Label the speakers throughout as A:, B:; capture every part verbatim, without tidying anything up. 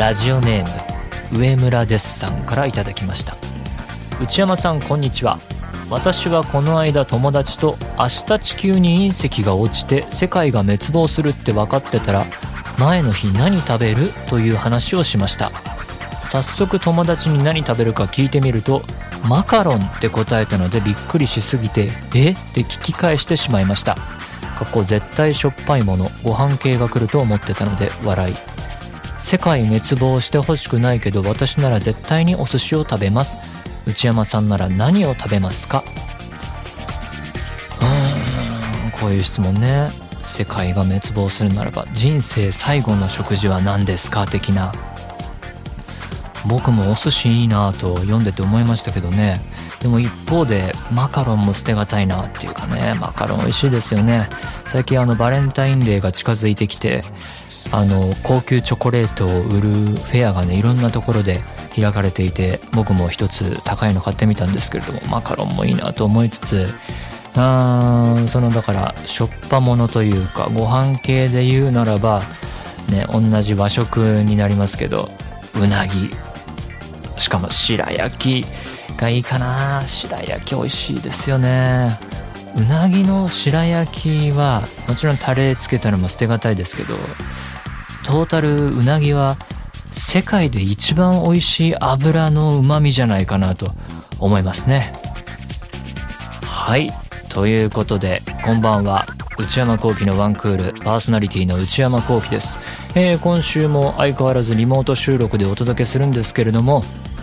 A: ラジオネーム上村ですさんからいただきました。内山さん、こんにちは。私はこの間友達と明日地球に隕石が落ちて世界が滅亡するって分かってたら前の日何食べるという話をしました。早速友達に何食べるか聞いてみるとマカロンって答えたのでびっくりしすぎてえって聞き返してしまいました。過去絶対しょっぱいもの、ご飯系が来ると思ってたので笑い。世界滅亡してほしくないけど私なら絶対にお寿司を食べます。内山さんなら何を食べますか？うーんこういう質問ね。世界が滅亡するならば人生最後の食事は何ですか的な。僕もお寿司いいなと読んでて思いましたけどね。でも一方でマカロンも捨てがたいなっていうかね。マカロン美味しいですよね。最近あのバレンタインデーが近づいてきて、あの高級チョコレートを売るフェアがねいろんなところで開かれていて、僕も一つ高いの買ってみたんですけれども、マカロンもいいなと思いつつ、あーそのだからしょっぱものというかご飯系で言うならばね、同じ和食になりますけどうなぎ、しかも白焼きがいいかな。白焼き美味しいですよね。うなぎの白焼きはもちろんタレつけたのも捨てがたいですけど、トータルうなぎは世界で一番美味しい油の旨味じゃないかなと思いますね。はい、ということでこんばんは。内山聖輝のワンクールパーソナリティの内山聖輝です。えー、今週も相変わらずリモート収録でお届けするんですけれども、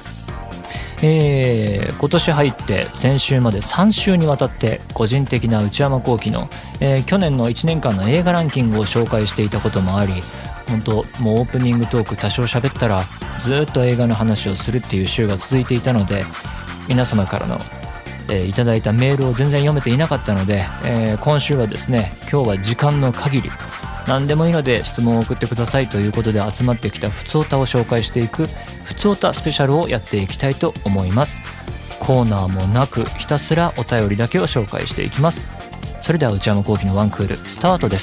A: えー、今年入って先週までさん週にわたって個人的な内山聖輝の、えー、去年のいちねんかんの映画ランキングを紹介していたこともあり、本当もうオープニングトーク多少喋ったらずっと映画の話をするっていう週が続いていたので、皆様からの、えー、いただいたメールを全然読めていなかったので、えー、今週はですね、今日は時間の限り何でもいいので質問を送ってくださいということで集まってきたふつおたを紹介していくふつおたスペシャルをやっていきたいと思います。コーナーもなくひたすらお便りだけを紹介していきます。それでは内山聖輝のワンクールスタートです。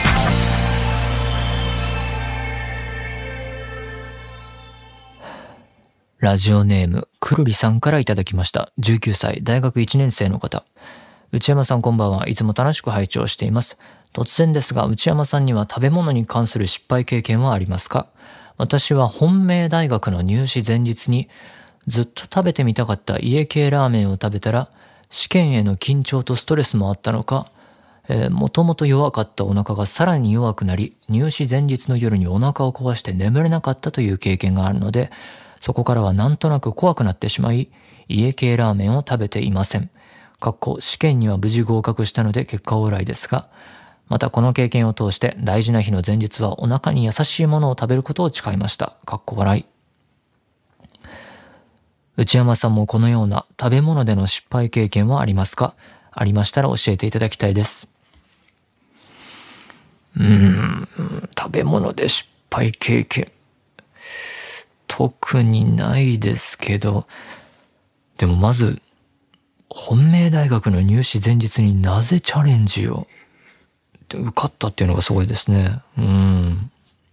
A: ラジオネームくるりさんからいただきました。じゅうきゅうさい大学いちねん生の方。内山さんこんばんは。いつも楽しく拝聴しています。突然ですが内山さんには食べ物に関する失敗経験はありますか？私は本命大学の入試前日にずっと食べてみたかった家系ラーメンを食べたら試験への緊張とストレスもあったのか、えー、もともと弱かったお腹がさらに弱くなり入試前日の夜にお腹を壊して眠れなかったという経験があるので、そこからはなんとなく怖くなってしまい家系ラーメンを食べていません。かっこ試験には無事合格したので結果オーライですが、またこの経験を通して大事な日の前日はお腹に優しいものを食べることを誓いました。かっこ笑い。内山さんもこのような食べ物での失敗経験はありますか？ありましたら教えていただきたいです。うーん、食べ物で失敗経験特にないですけど、でもまず本命大学の入試前日になぜチャレンジを受かったっていうのがすごいですね。うん。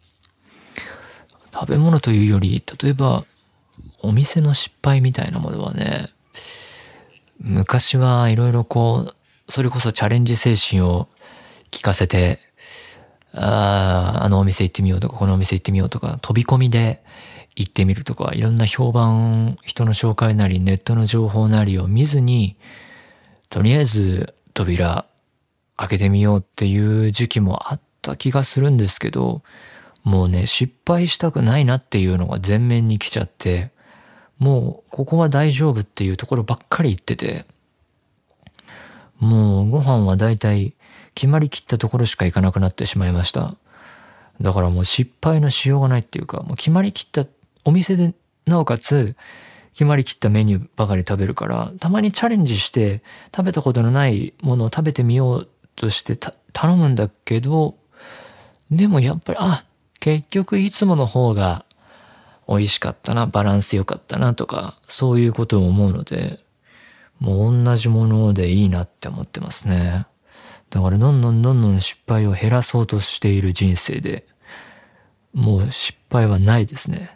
A: 食べ物というより、例えばお店の失敗みたいなものはね、昔はいろいろこうそれこそチャレンジ精神を聞かせて、あああのお店行ってみようとかこのお店行ってみようとか飛び込みで行ってみるとか、いろんな評判、人の紹介なりネットの情報なりを見ずにとりあえず扉開けてみようっていう時期もあった気がするんですけど、もうね失敗したくないなっていうのが前面に来ちゃって、もうここは大丈夫っていうところばっかり行ってて、もうご飯はだいたい決まりきったところしか行かなくなってしまいました。だからもう失敗のしようがないっていうか、もう決まりきったお店でなおかつ決まりきったメニューばかり食べるから、たまにチャレンジして食べたことのないものを食べてみようとしてた頼むんだけど、でもやっぱりあ結局いつもの方が美味しかったな、バランス良かったなとか、そういうことを思うので、もう同じものでいいなって思ってますね。だからどんどんどんどん失敗を減らそうとしている人生で、 もう失敗はないですね。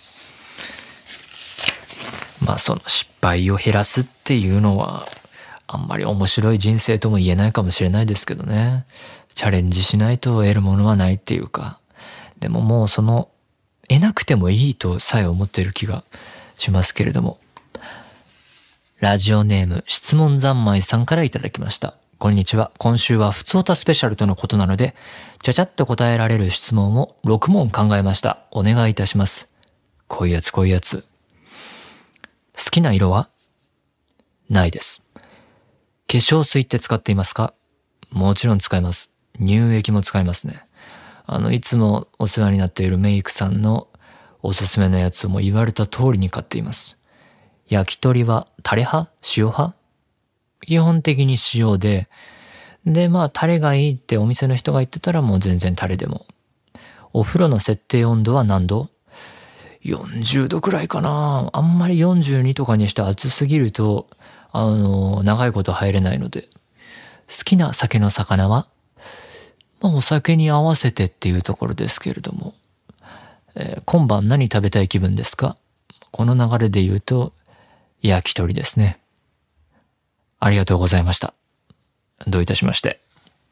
A: まあその失敗を減らすっていうのはあんまり面白い人生とも言えないかもしれないですけどね。チャレンジしないと得るものはないっていうか、でももうその得なくてもいいとさえ思っている気がしますけれども。ラジオネーム質問三昧さんからいただきました。こんにちは。今週はふつおたスペシャルとのことなので、ちゃちゃっと答えられる質問をろくもん考えました。お願いいたします。こういうやつこういうやつ。好きな色は？ないです。化粧水って使っていますか？もちろん使います。乳液も使いますね。あの、いつもお世話になっているメイクさんのおすすめのやつも言われた通りに買っています。焼き鳥はタレ派？塩派？基本的に塩で、で、まあ、タレがいいってお店の人が言ってたらもう全然タレでも。お風呂の設定温度は何度？よんじゅうどくらいかな。あんまりよんじゅうにとかにして暑すぎると、あの、長いこと入れないので。好きな酒の魚は？まあ、お酒に合わせてっていうところですけれども。えー、今晩何食べたい気分ですか？この流れで言うと、焼き鳥ですね。ありがとうございました。どういたしまして。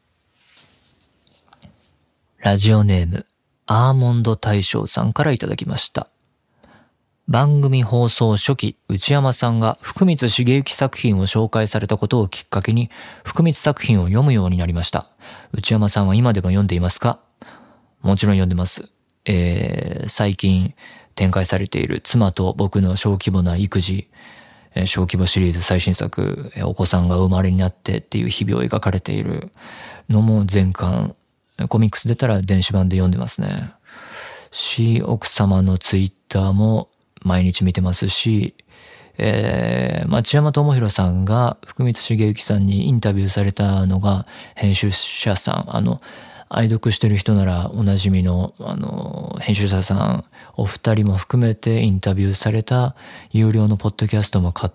A: ラジオネーム、アーモンド大将さんからいただきました。番組放送初期、内山さんが福光茂之作品を紹介されたことをきっかけに、福光作品を読むようになりました。内山さんは今でも読んでいますか？もちろん読んでます。えー、最近展開されている妻と僕の小規模な育児、小規模シリーズ最新作、お子さんが生まれになってっていう日々を描かれているのも全巻、コミックス出たら電子版で読んでますね。し、奥様のツイッターも毎日見てますし、えー、町山智博さんが福光茂之さんにインタビューされたのが編集者さん、あの、愛読してる人ならおなじみの、あの、編集者さん、お二人も含めてインタビューされた有料のポッドキャストも買って、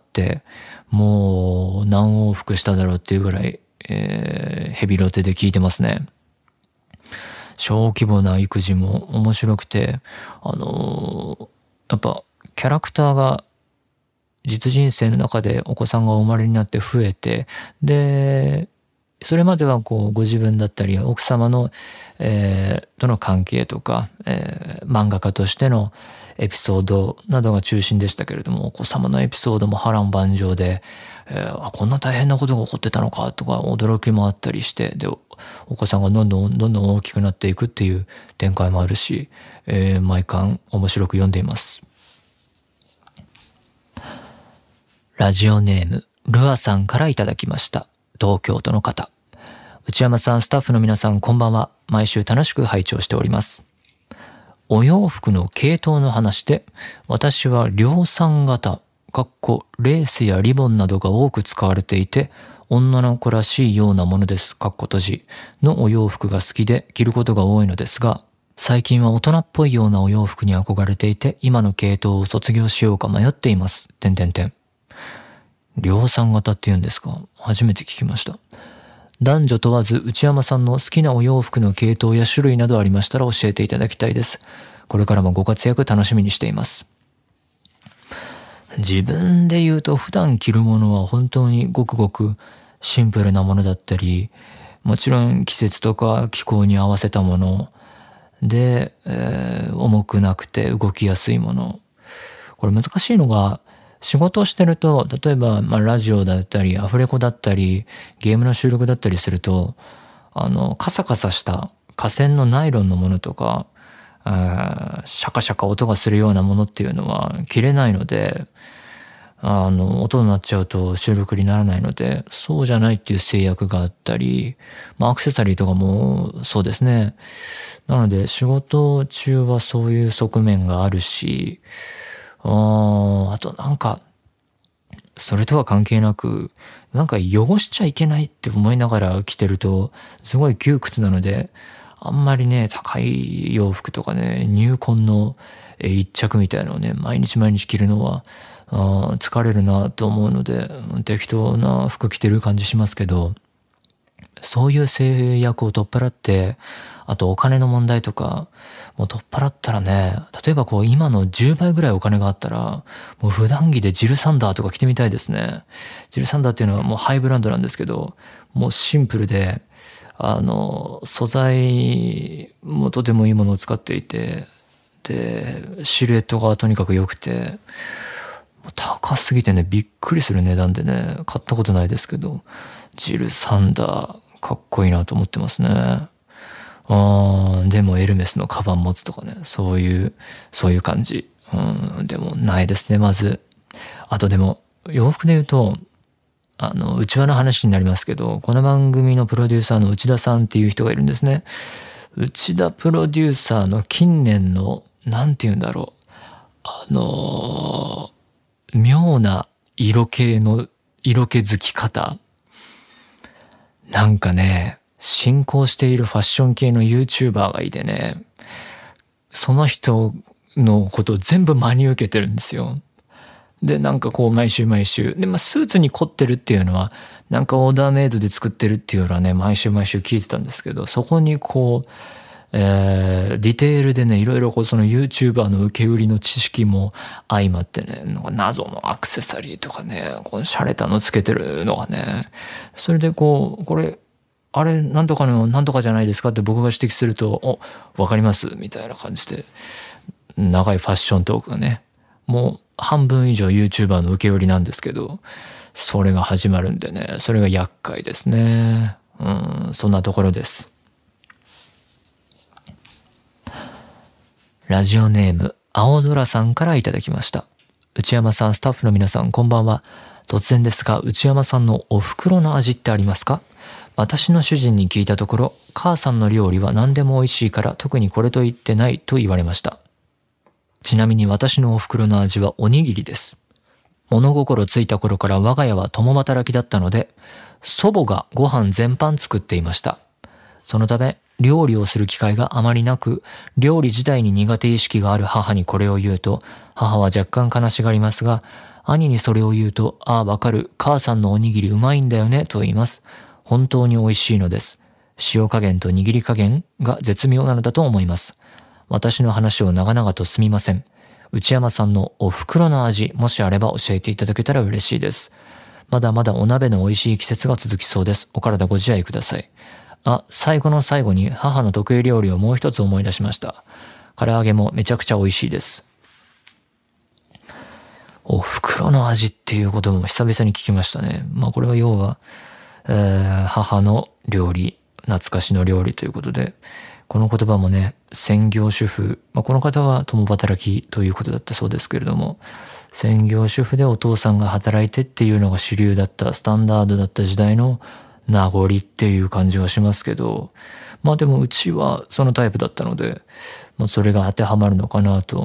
A: もう何往復しただろうっていうぐらい、えー、ヘビロテで聞いてますね。小規模な育児も面白くて、あの、やっぱキャラクターが実人生の中でお子さんがお生まれになって増えて、で、それまではこうご自分だったり奥様の、えー、との関係とか、えー、漫画家としてのエピソードなどが中心でしたけれども、お子様のエピソードも波乱万丈で、えー、あこんな大変なことが起こってたのかとか驚きもあったりして、でお子さんがどんどんどんどん大きくなっていくっていう展開もあるし、えー、毎巻面白く読んでいます。ラジオネームルアさんからいただきました。東京都の方。内山さん、スタッフの皆さん、こんばんは。毎週楽しく拝聴しております。お洋服の系統の話で、私は量産型、かっこレースやリボンなどが多く使われていて、女の子らしいようなものです、かっこ閉じのお洋服が好きで着ることが多いのですが、最近は大人っぽいようなお洋服に憧れていて、今の系統を卒業しようか迷っています。てんてんてん。量産型って言うんですか？初めて聞きました。男女問わず内山さんの好きなお洋服の系統や種類などありましたら教えていただきたいです。これからもご活躍楽しみにしています。自分で言うと普段着るものは本当にごくごくシンプルなものだったり、もちろん季節とか気候に合わせたもので、えー、重くなくて動きやすいもの。これ難しいのが、仕事をしてると、例えば、まあ、ラジオだったり、アフレコだったり、ゲームの収録だったりすると、あの、カサカサした化繊のナイロンのものとか、あシャカシャカ音がするようなものっていうのは着れないので、あの、音になっちゃうと収録にならないので、そうじゃないっていう制約があったり、まあ、アクセサリーとかもそうですね。なので、仕事中はそういう側面があるし、ああとなんか、それとは関係なく、なんか汚しちゃいけないって思いながら着てると、すごい窮屈なので、あんまりね、高い洋服とかね、入魂の一着みたいなのをね、毎日毎日着るのは、あ疲れるなと思うので、適当な服着てる感じしますけど、 そういう制約を取っ払って、あとお金の問題とか、もう取っ払ったらね、例えばこう今のじゅうばいぐらいお金があったら、もう普段着でジルサンダーとか着てみたいですね。ジルサンダーっていうのはもうハイブランドなんですけど、もうシンプルで、あの、素材もとてもいいものを使っていて、で、シルエットがとにかく良くて、高すぎてね、びっくりする値段でね、買ったことないですけど、ジルサンダー、かっこいいなと思ってますね。うん、でもエルメスのカバン持つとかね、そういう、そういう感じ。うん、でもないですね、まず。あとでも、洋服で言うと、あの、内輪の話になりますけど、この番組のプロデューサーの内田さんっていう人がいるんですね。内田プロデューサーの近年の、なんて言うんだろう。あのー、妙な色気の、色気づき方。なんかね、進行しているファッション系の YouTuber がいてね、その人のことを全部真に受けてるんですよ。で、なんかこう毎週毎週。で、まあスーツに凝ってるっていうのは、なんかオーダーメイドで作ってるっていうのはね、毎週毎週聞いてたんですけど、そこにこう、えー、ディテールでね、いろいろこうその YouTuber の受け売りの知識も相まってね、なんか謎のアクセサリーとかね、この洒落たのつけてるのがね、それでこう、これ、あれ、なんとかの、なんとかじゃないですかって僕が指摘すると、お、わかりますみたいな感じで、長いファッショントークがね、もう半分以上 YouTuber の受け売りなんですけど、それが始まるんでね、それが厄介ですね。うん、そんなところです。ラジオネーム、青空さんからいただきました。内山さん、スタッフの皆さん、こんばんは。突然ですが、内山さんのお袋の味ってありますか？私の主人に聞いたところ、母さんの料理は何でも美味しいから特にこれと言ってないと言われました。ちなみに私のお袋の味はおにぎりです。物心ついた頃から我が家は共働きだったので、祖母がご飯全般作っていました。そのため、料理をする機会があまりなく、料理自体に苦手意識がある母にこれを言うと、母は若干悲しがりますが、兄にそれを言うと、ああわかる、母さんのおにぎりうまいんだよね、と言います。本当に美味しいのです。塩加減と握り加減が絶妙なのだと思います。私の話を長々とすみません。内山さんのお袋の味、もしあれば教えていただけたら嬉しいです。まだまだお鍋の美味しい季節が続きそうです。お体ご自愛ください。あ、最後の最後に母の得意料理をもう一つ思い出しました。唐揚げもめちゃくちゃ美味しいです。お袋の味っていうことも久々に聞きましたね。まあこれは要は、えー、母の料理、懐かしの料理ということで、この言葉もね、専業主婦、まあ、この方は共働きということだったそうですけれども、専業主婦でお父さんが働いてっていうのが主流だった、スタンダードだった時代の名残っていう感じがしますけど、まあでもうちはそのタイプだったので、まあそれが当てはまるのかなと。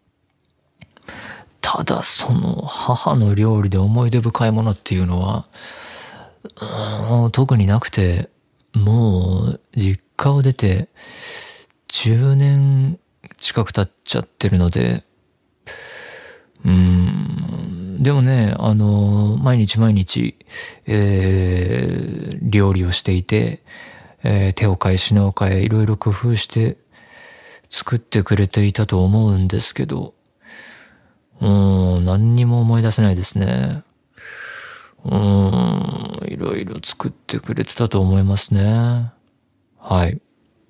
A: ただその母の料理で思い出深いものっていうのは、うん、特になくて、もう実家を出てじゅうねん近く経っちゃってるので、うーん、でもね、あの、毎日毎日、えー、料理をしていて、えー、手を変え品を変え、いろいろ工夫して作ってくれていたと思うんですけど、うーん、何にも思い出せないですね。うーん、いろいろ作ってくれてたと思いますね。はい。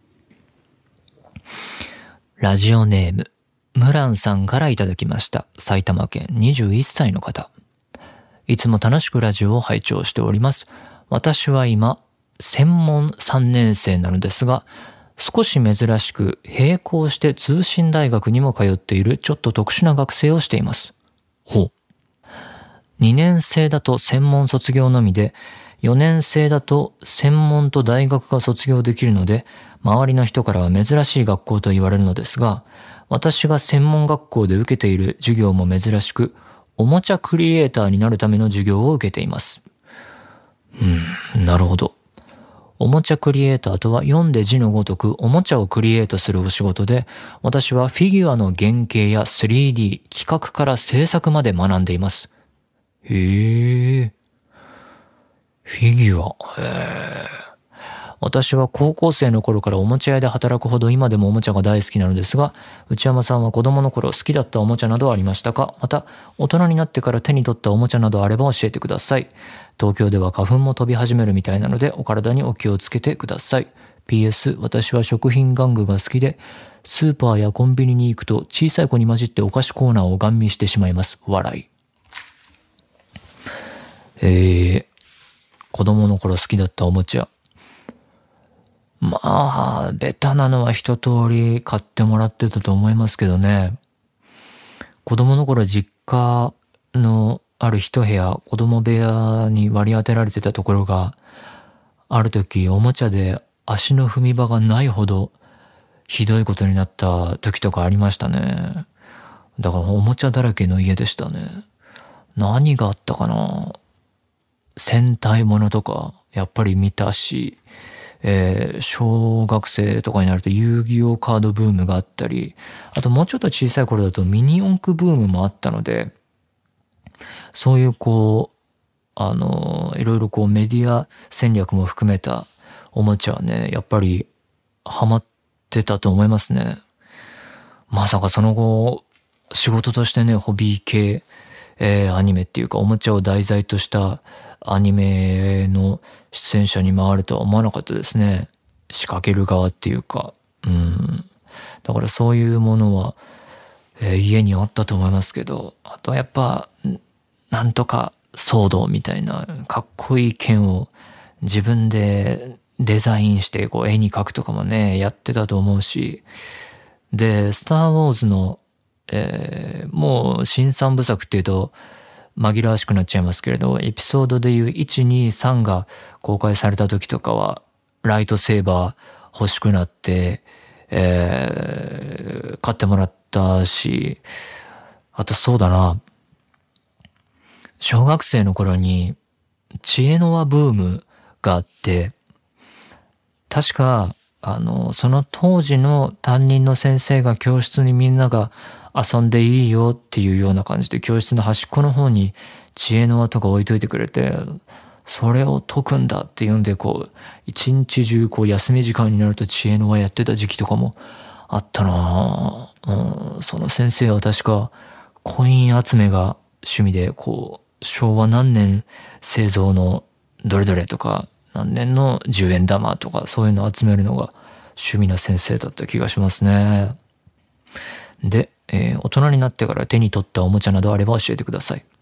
A: ラジオネーム、ムランさんからいただきました。埼玉県にじゅういっさいの方。いつも楽しくラジオを拝聴しております。私は今、専門さんねん生なのですが、少し珍しく並行して通信大学にも通っているちょっと特殊な学生をしています。ほう。にねん生だと専門卒業のみで、よねん生だと専門と大学が卒業できるので、周りの人からは珍しい学校と言われるのですが、私が専門学校で受けている授業も珍しく、おもちゃクリエイターになるための授業を受けています。うん、なるほど。おもちゃクリエイターとは読んで字のごとくおもちゃをクリエイトするお仕事で、私はフィギュアの原型や スリーディー、企画から制作まで学んでいます。へえ。フィギュア。へえ。 私は高校生の頃からおもちゃ屋で働くほど今でもおもちゃが大好きなのですが、内山さんは子供の頃好きだったおもちゃなどありましたか？また、大人になってから手に取ったおもちゃなどあれば教えてください。東京では花粉も飛び始めるみたいなので、お体にお気をつけてください。ピーエス 私は食品玩具が好きで、スーパーやコンビニに行くと小さい子に混じってお菓子コーナーをガン見してしまいます。笑い。えー、子供の頃好きだったおもちゃ。まあ、ベタなのは一通り買ってもらってたと思いますけどね。子供の頃実家のある一部屋、子供部屋に割り当てられてたところが、ある時おもちゃで足の踏み場がないほどひどいことになった時とかありましたね。だからおもちゃだらけの家でしたね。何があったかな。戦隊ものとかやっぱり見たし、えー、小学生とかになると遊戯王カードブームがあったり、あともうちょっと小さい頃だとミニ四駆ブームもあったので、そういうこう、あの、いろいろこうメディア戦略も含めたおもちゃはね、やっぱりハマってたと思いますね。まさかその後、仕事としてね、ホビー系、えー、アニメっていうかおもちゃを題材としたアニメの出演者に回るとは思わなかったですね。仕掛ける側っていうか。うん。だからそういうものは、えー、家にあったと思いますけど、あとはやっぱ、なんとか騒動みたいなかっこいい剣を自分でデザインしてこう絵に描くとかもね、やってたと思うし。で、スター・ウォーズの、えー、もう新三部作っていうと、紛らわしくなっちゃいますけれど、エピソードでいういち、に、さんが公開された時とかはライトセーバー欲しくなって、えー、買ってもらったし、あとそうだな、小学生の頃に知恵の輪ブームがあって、確かあのその当時の担任の先生が教室にみんなが遊んでいいよっていうような感じで教室の端っこの方に知恵の輪とか置いといてくれて、それを解くんだっていうんでこう一日中こう休み時間になると知恵の輪やってた時期とかもあったなぁ、うん、その先生は確かコイン集めが趣味で、こう昭和何年製造のどれどれとか何年のじゅうえん玉とかそういうのを集めるのが趣味な先生だった気がしますね。で、えー、大人になってから手に取ったおもちゃなどあれば教えてください。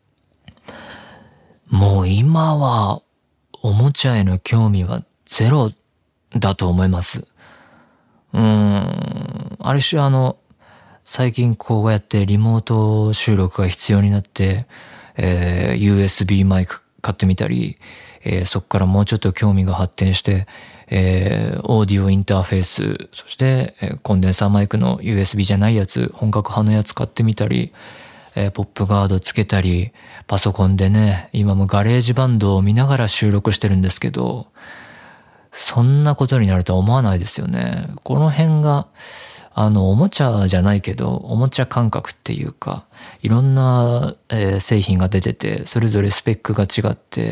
A: もう今はおもちゃへの興味はゼロだと思います。うーん、ある種あの最近こうやってリモート収録が必要になって、えー、ユーエスビー マイク買ってみたり、えー、そこからもうちょっと興味が発展して、えー、オーディオインターフェース、そして、えー、コンデンサーマイクの ユーエスビー じゃないやつ、本格派のやつ買ってみたり、えー、ポップガードつけたり、パソコンでね、今もガレージバンドを見ながら収録してるんですけど、そんなことになるとは思わないですよね。この辺が、あの、おもちゃじゃないけど、おもちゃ感覚っていうか、いろんな、えー、製品が出てて、それぞれスペックが違って、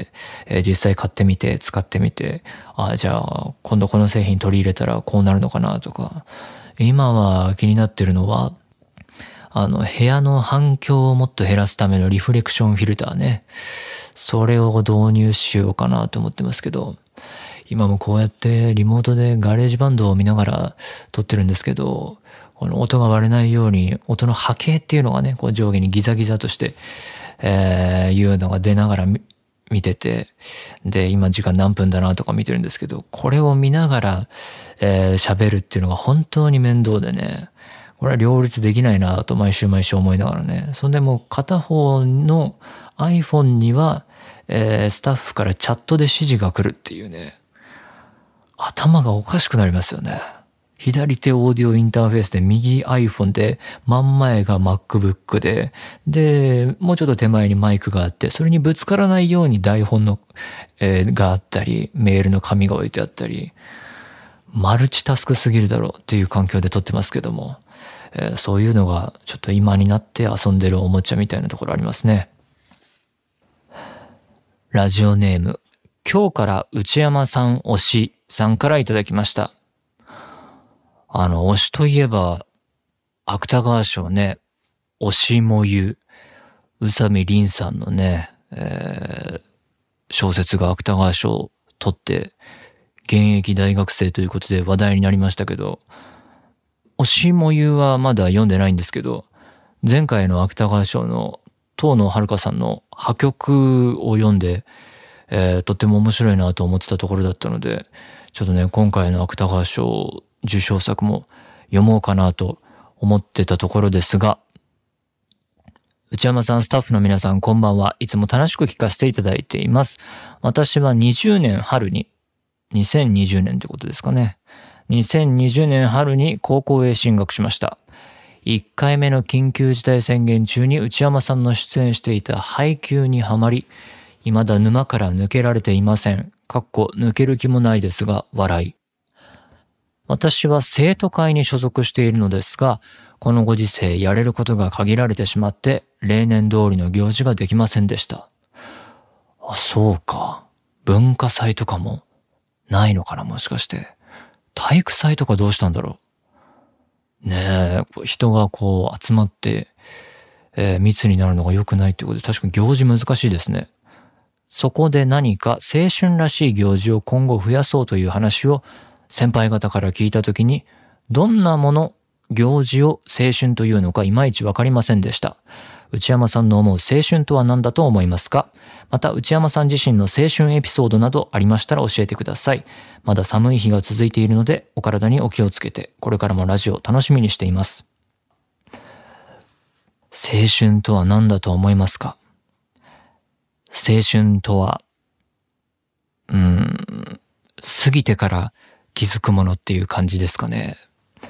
A: えー、実際買ってみて、使ってみて、あ、じゃあ、今度この製品取り入れたらこうなるのかなとか、今は気になってるのは、あの、部屋の反響をもっと減らすためのリフレクションフィルターね。それを導入しようかなと思ってますけど、今もこうやってリモートでガレージバンドを見ながら撮ってるんですけど、この音が割れないように音の波形っていうのがね、こう上下にギザギザとして、えー、いうのが出ながら見てて、で、今時間何分だなとか見てるんですけど、これを見ながら、えー、喋るっていうのが本当に面倒でね、これは両立できないなと毎週毎週思いながらね、そんでもう片方の iPhone には、えー、スタッフからチャットで指示が来るっていうね、頭がおかしくなりますよね。左手オーディオインターフェースで右 iPhone で真ん前が MacBook で、で、もうちょっと手前にマイクがあって、それにぶつからないように台本の、えー、があったり、メールの紙が置いてあったり、マルチタスクすぎるだろうっていう環境で撮ってますけども、えー、そういうのがちょっと今になって遊んでるおもちゃみたいなところありますね。ラジオネーム今日から内山さん推しさんからいただきました。あの、推しといえば、芥川賞ね、推しもゆ、宇佐美凛さんのね、えー、小説が芥川賞を取って、現役大学生ということで話題になりましたけど、推しもゆはまだ読んでないんですけど、前回の芥川賞の遠野遥さんの破局を読んで、えー、とっても面白いなと思ってたところだったので、ちょっとね、今回の芥川賞受賞作も読もうかなと思ってたところですが、内山さん、スタッフの皆さん、こんばんは。いつも楽しく聞かせていただいています。私はにじゅうねん春に、にせんにじゅうねんってことですかね。にせんにじゅうねん春に高校へ進学しました。いっかいめの緊急事態宣言中に内山さんの出演していた配給にはまり、未だ沼から抜けられていません。かっこ抜ける気もないですが、笑い。私は生徒会に所属しているのですが、このご時世やれることが限られてしまって、例年通りの行事ができませんでした。あ、そうか。文化祭とかもないのかな、もしかして。体育祭とかどうしたんだろう。ねえ、人がこう集まって、えー、密になるのが良くないってことで、確かに行事難しいですね。そこで何か青春らしい行事を今後増やそうという話を先輩方から聞いたときに、どんなもの、行事を青春というのかいまいちわかりませんでした。内山さんの思う青春とは何だと思いますか？また内山さん自身の青春エピソードなどありましたら教えてください。まだ寒い日が続いているのでお体にお気をつけて、これからもラジオ楽しみにしています。青春とは何だと思いますか？青春とは、うーん、過ぎてから気づくものっていう感じですかね。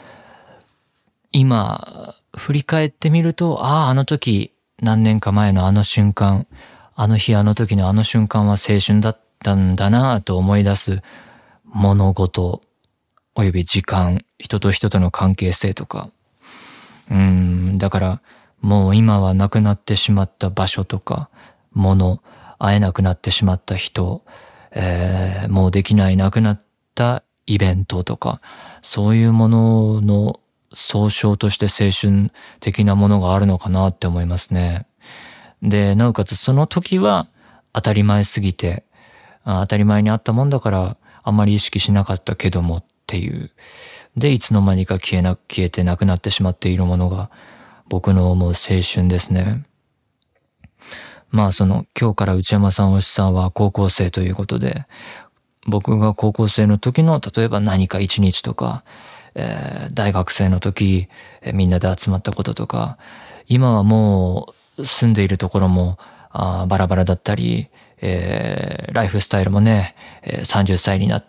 A: 今、振り返ってみると、ああ、あの時、何年か前のあの瞬間、あの日あの時のあの瞬間は青春だったんだなぁと思い出す物事、および時間、人と人との関係性とか。うーん、だから、もう今はなくなってしまった場所とか、もの、会えなくなってしまった人、えー、もうできないなくなったイベントとか、そういうものの総称として青春的なものがあるのかなって思いますね。で、なおかつその時は当たり前すぎて、当たり前にあったもんだからあんまり意識しなかったけどもっていう。で、いつの間にか消えな、消えてなくなってしまっているものが僕の思う青春ですね。まあその今日から内山さん推しさんは高校生ということで、僕が高校生の時の例えば何か一日とか、えー、大学生の時、えー、みんなで集まったこととか、今はもう住んでいるところもあバラバラだったり、えー、ライフスタイルもね、えー、さんじゅっさいになって、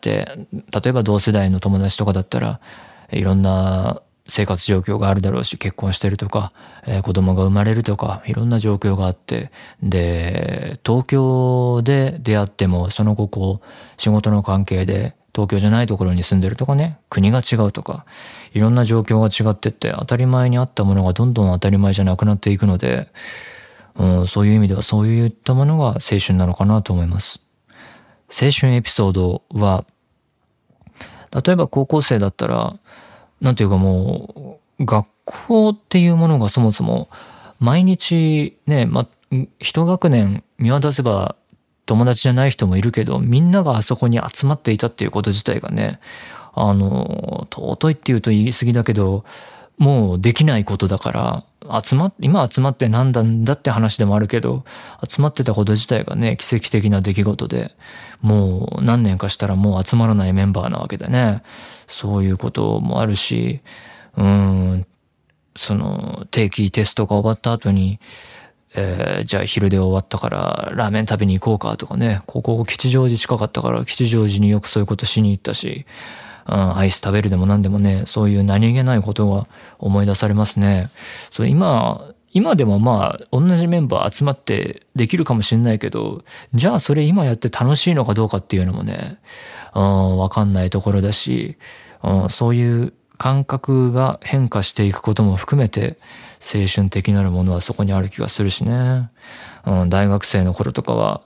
A: 例えば同世代の友達とかだったらいろんな生活状況があるだろうし、結婚してるとか、えー、子供が生まれるとか、いろんな状況があって、で、東京で出会っても、その後こう、仕事の関係で、東京じゃないところに住んでるとかね、国が違うとか、いろんな状況が違ってって、当たり前にあったものがどんどん当たり前じゃなくなっていくので、うん、そういう意味ではそういったものが青春なのかなと思います。青春エピソードは、例えば高校生だったら、なんていうかもう、学校っていうものがそもそも、毎日ね、ま、一学年見渡せば友達じゃない人もいるけど、みんながあそこに集まっていたっていうこと自体がね、あの、尊いっていうと言い過ぎだけど、もうできないことだから、集まっ、今集まってなんだんだって話でもあるけど、集まってたこと自体がね、奇跡的な出来事で、もう何年かしたらもう集まらないメンバーなわけでね、そういうこともあるし、うーん、その定期テストが終わった後に、えー、じゃあ昼で終わったからラーメン食べに行こうかとかね、ここ吉祥寺近かったから吉祥寺によくそういうことしに行ったし、うん、アイス食べるでも何でもね、そういう何気ないことが思い出されますね。そう、今、今でもまあ、同じメンバー集まってできるかもしれないけど、じゃあそれ今やって楽しいのかどうかっていうのもね、うん、わかんないところだし、うん、そういう感覚が変化していくことも含めて、青春的なるものはそこにある気がするしね。うん、大学生の頃とかは、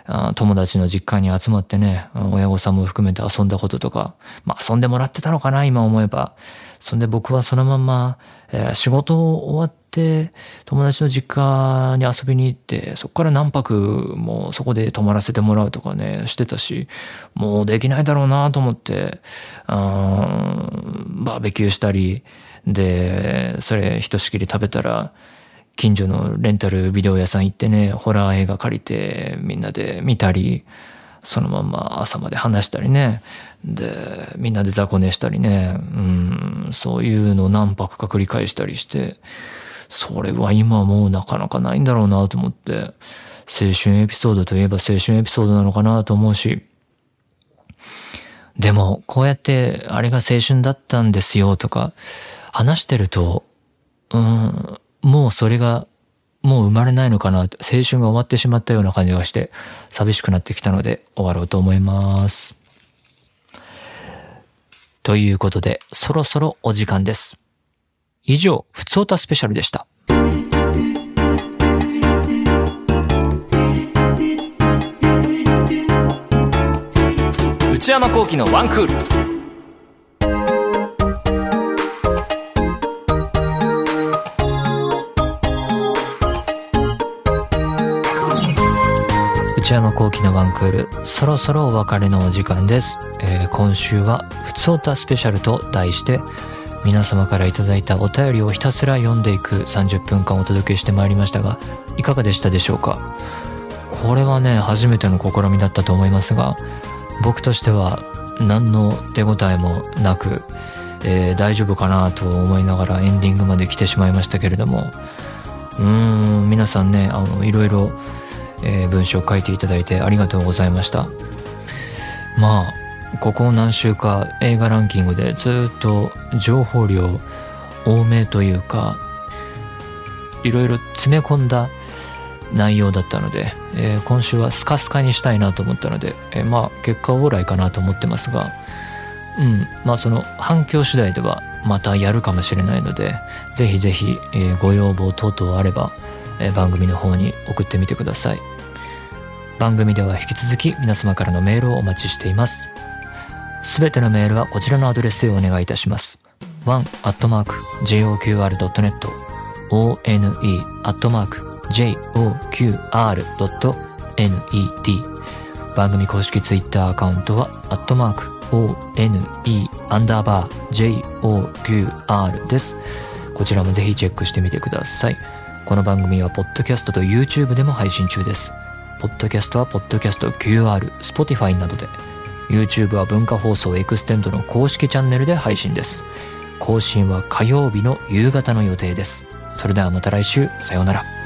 A: あ友達の実家に集まってね、親御さんも含めて遊んだこととか、まあ遊んでもらってたのかな、今思えば。そんで僕はそのまま、えー、仕事終わって友達の実家に遊びに行って、そこから何泊もそこで泊まらせてもらうとかね、してたし、もうできないだろうなと思って、あーバーベキューしたり、で、それひとしきり食べたら、近所のレンタルビデオ屋さん行ってね、ホラー映画借りてみんなで見たり、そのまま朝まで話したりね、で、みんなで雑魚寝したりね、うん、そういうのを何泊か繰り返したりして、それは今もうなかなかないんだろうなと思って、青春エピソードといえば青春エピソードなのかなと思うし、でもこうやってあれが青春だったんですよとか話してると、うん、もうそれがもう生まれないのかなって、青春が終わってしまったような感じがして寂しくなってきたので終わろうと思います。ということでそろそろお時間です。以上、ふつおたスペシャルでした。内山聖輝のワンクール。内山聖輝のワンクール、そろそろお別れのお時間です。えー、今週はふつおたスペシャルと題して皆様からいただいたお便りをひたすら読んでいくさんじゅっぷんかんお届けしてまいりましたが、いかがでしたでしょうか。これはね、初めての試みだったと思いますが、僕としては何の手応えもなく、えー、大丈夫かなと思いながらエンディングまで来てしまいましたけれども、うーん皆さんね、あのいろいろ、えー、文章を書いていただいてありがとうございました。まあここ何週か映画ランキングでずっと情報量多めというか、いろいろ詰め込んだ内容だったので、えー、今週はスカスカにしたいなと思ったので、えー、まあ結果オーライかなと思ってますが、うんまあその反響次第ではまたやるかもしれないので、ぜひぜひ、えー、ご要望等々あれば、えー、番組の方に送ってみてください。番組では引き続き皆様からのメールをお待ちしています。すべてのメールはこちらのアドレスへお願いいたします。ワンアットマークジェイオーキューアールドットネット オーエヌイーアットマークジェイオーキューアールドットネット 番組公式ツイッターアカウントはアットマーク オーエヌイー アンダーバー ジェイオーキューアール です。こちらもぜひチェックしてみてください。この番組はポッドキャストと YouTube でも配信中です。ポッドキャストはポッドキャスト キューアール、Spotify などで、YouTube は文化放送エクステンドの公式チャンネルで配信です。更新は火曜日の夕方の予定です。それではまた来週、さようなら。